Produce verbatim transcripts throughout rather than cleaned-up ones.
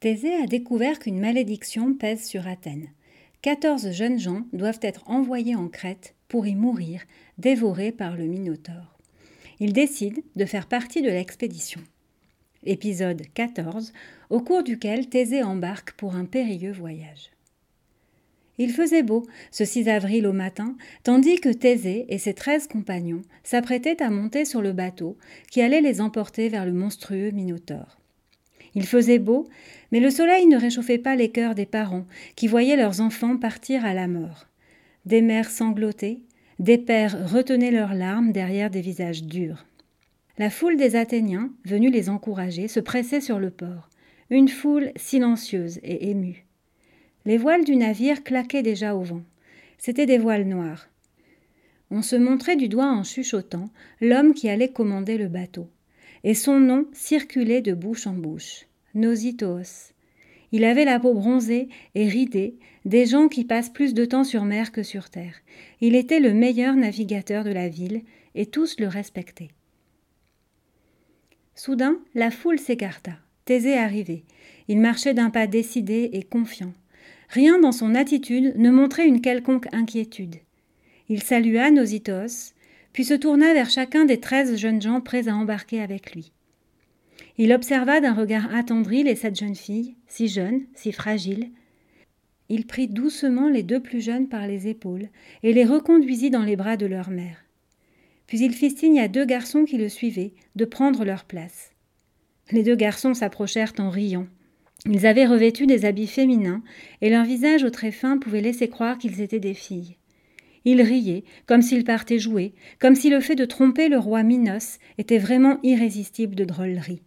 Thésée a découvert qu'une malédiction pèse sur Athènes. Quatorze jeunes gens doivent être envoyés en Crète pour y mourir, dévorés par le Minotaure. Il décide de faire partie de l'expédition. Épisode quatorze, au cours duquel Thésée embarque pour un périlleux voyage. Il faisait beau, ce six avril au matin, tandis que Thésée et ses treize compagnons s'apprêtaient à monter sur le bateau qui allait les emporter vers le monstrueux Minotaure. Il faisait beau, mais le soleil ne réchauffait pas les cœurs des parents qui voyaient leurs enfants partir à la mort. Des mères sanglotaient, des pères retenaient leurs larmes derrière des visages durs. La foule des Athéniens, venus les encourager, se pressait sur le port, une foule silencieuse et émue. Les voiles du navire claquaient déjà au vent. C'étaient des voiles noires. On se montrait du doigt en chuchotant l'homme qui allait commander le bateau. Et son nom circulait de bouche en bouche, Nausithoos. Il avait la peau bronzée et ridée, des gens qui passent plus de temps sur mer que sur terre. Il était le meilleur navigateur de la ville, et tous le respectaient. Soudain, la foule s'écarta. Thésée arrivait. Il marchait d'un pas décidé et confiant. Rien dans son attitude ne montrait une quelconque inquiétude. Il salua Nausithoos, puis se tourna vers chacun des treize jeunes gens prêts à embarquer avec lui. Il observa d'un regard attendri les sept jeunes filles, si jeunes, si fragiles. Il prit doucement les deux plus jeunes par les épaules et les reconduisit dans les bras de leur mère. Puis il fit signe à deux garçons qui le suivaient de prendre leur place. Les deux garçons s'approchèrent en riant. Ils avaient revêtu des habits féminins et leur visage aux traits fins pouvait laisser croire qu'ils étaient des filles. Ils riaient, comme s'ils partaient jouer, comme si le fait de tromper le roi Minos était vraiment irrésistible de drôlerie.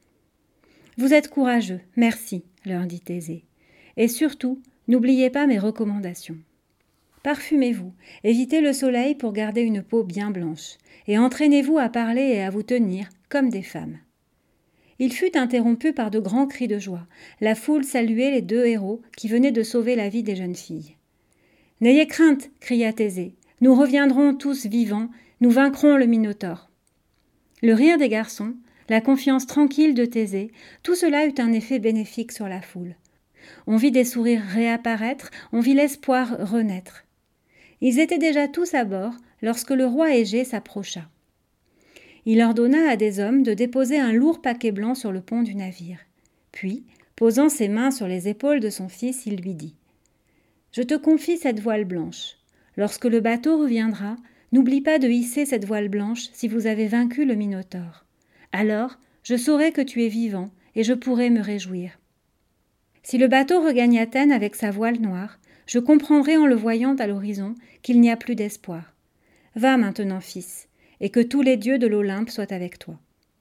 « Vous êtes courageux, merci, » leur dit Thésée. « Et surtout, n'oubliez pas mes recommandations. Parfumez-vous, évitez le soleil pour garder une peau bien blanche, et entraînez-vous à parler et à vous tenir comme des femmes. » Il fut interrompu par de grands cris de joie. La foule saluait les deux héros qui venaient de sauver la vie des jeunes filles. « N'ayez crainte, cria Thésée, nous reviendrons tous vivants, nous vaincrons le Minotaure. » Le rire des garçons, la confiance tranquille de Thésée, tout cela eut un effet bénéfique sur la foule. On vit des sourires réapparaître, on vit l'espoir renaître. Ils étaient déjà tous à bord lorsque le roi Égée s'approcha. Il ordonna à des hommes de déposer un lourd paquet blanc sur le pont du navire. Puis, posant ses mains sur les épaules de son fils, il lui dit « Je te confie cette voile blanche. Lorsque le bateau reviendra, n'oublie pas de hisser cette voile blanche si vous avez vaincu le Minotaure. Alors, je saurai que tu es vivant et je pourrai me réjouir. Si le bateau regagne Athènes avec sa voile noire, je comprendrai en le voyant à l'horizon qu'il n'y a plus d'espoir. Va maintenant, fils, et que tous les dieux de l'Olympe soient avec toi. »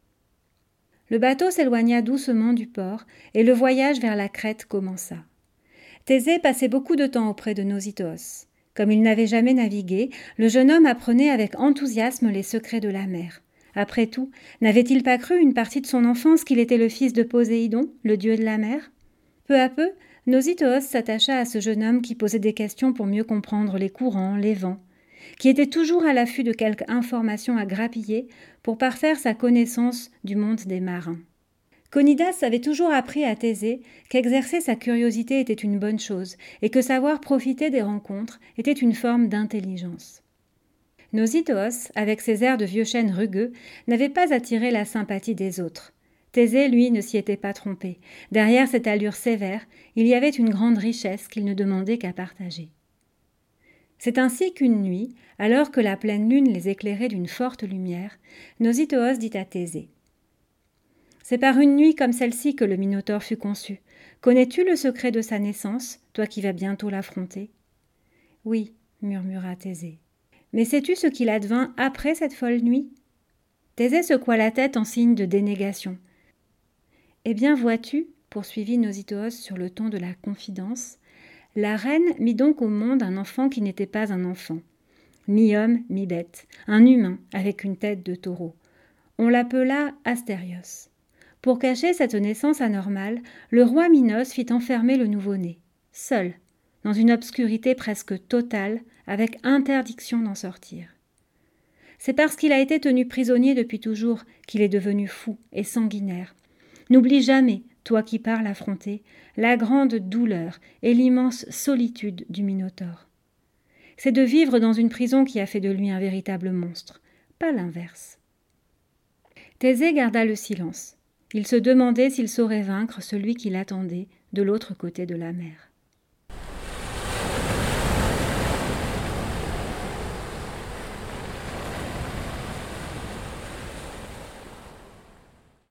Le bateau s'éloigna doucement du port et le voyage vers la Crète commença. Thésée passait beaucoup de temps auprès de Nausithoos. Comme il n'avait jamais navigué, le jeune homme apprenait avec enthousiasme les secrets de la mer. Après tout, n'avait-il pas cru une partie de son enfance qu'il était le fils de Poséidon, le dieu de la mer ? Peu à peu, Nausithoos s'attacha à ce jeune homme qui posait des questions pour mieux comprendre les courants, les vents, qui était toujours à l'affût de quelque information à grappiller pour parfaire sa connaissance du monde des marins. Conidas avait toujours appris à Thésée qu'exercer sa curiosité était une bonne chose et que savoir profiter des rencontres était une forme d'intelligence. Nausithoos, avec ses airs de vieux chêne rugueux, n'avait pas attiré la sympathie des autres. Thésée, lui, ne s'y était pas trompé. Derrière cette allure sévère, il y avait une grande richesse qu'il ne demandait qu'à partager. C'est ainsi qu'une nuit, alors que la pleine lune les éclairait d'une forte lumière, Nausithoos dit à Thésée « C'est par une nuit comme celle-ci que le Minotaure fut conçu. Connais-tu le secret de sa naissance, toi qui vas bientôt l'affronter ?»« Oui, » murmura Thésée. « Mais sais-tu ce qu'il advint après cette folle nuit ?» Thésée secoua la tête en signe de dénégation. « Eh bien, vois-tu, » poursuivit Nausithoos sur le ton de la confidence, « la reine mit donc au monde un enfant qui n'était pas un enfant, mi-homme, mi-bête, un humain avec une tête de taureau. On l'appela Astérios. Pour cacher cette naissance anormale, le roi Minos fit enfermer le nouveau-né, seul, dans une obscurité presque totale, avec interdiction d'en sortir. C'est parce qu'il a été tenu prisonnier depuis toujours qu'il est devenu fou et sanguinaire. N'oublie jamais toi qui parles affronter la grande douleur et l'immense solitude du Minotaure. C'est de vivre dans une prison qui a fait de lui un véritable monstre, pas l'inverse. Thésée garda le silence. Il se demandait s'il saurait vaincre celui qui l'attendait de l'autre côté de la mer.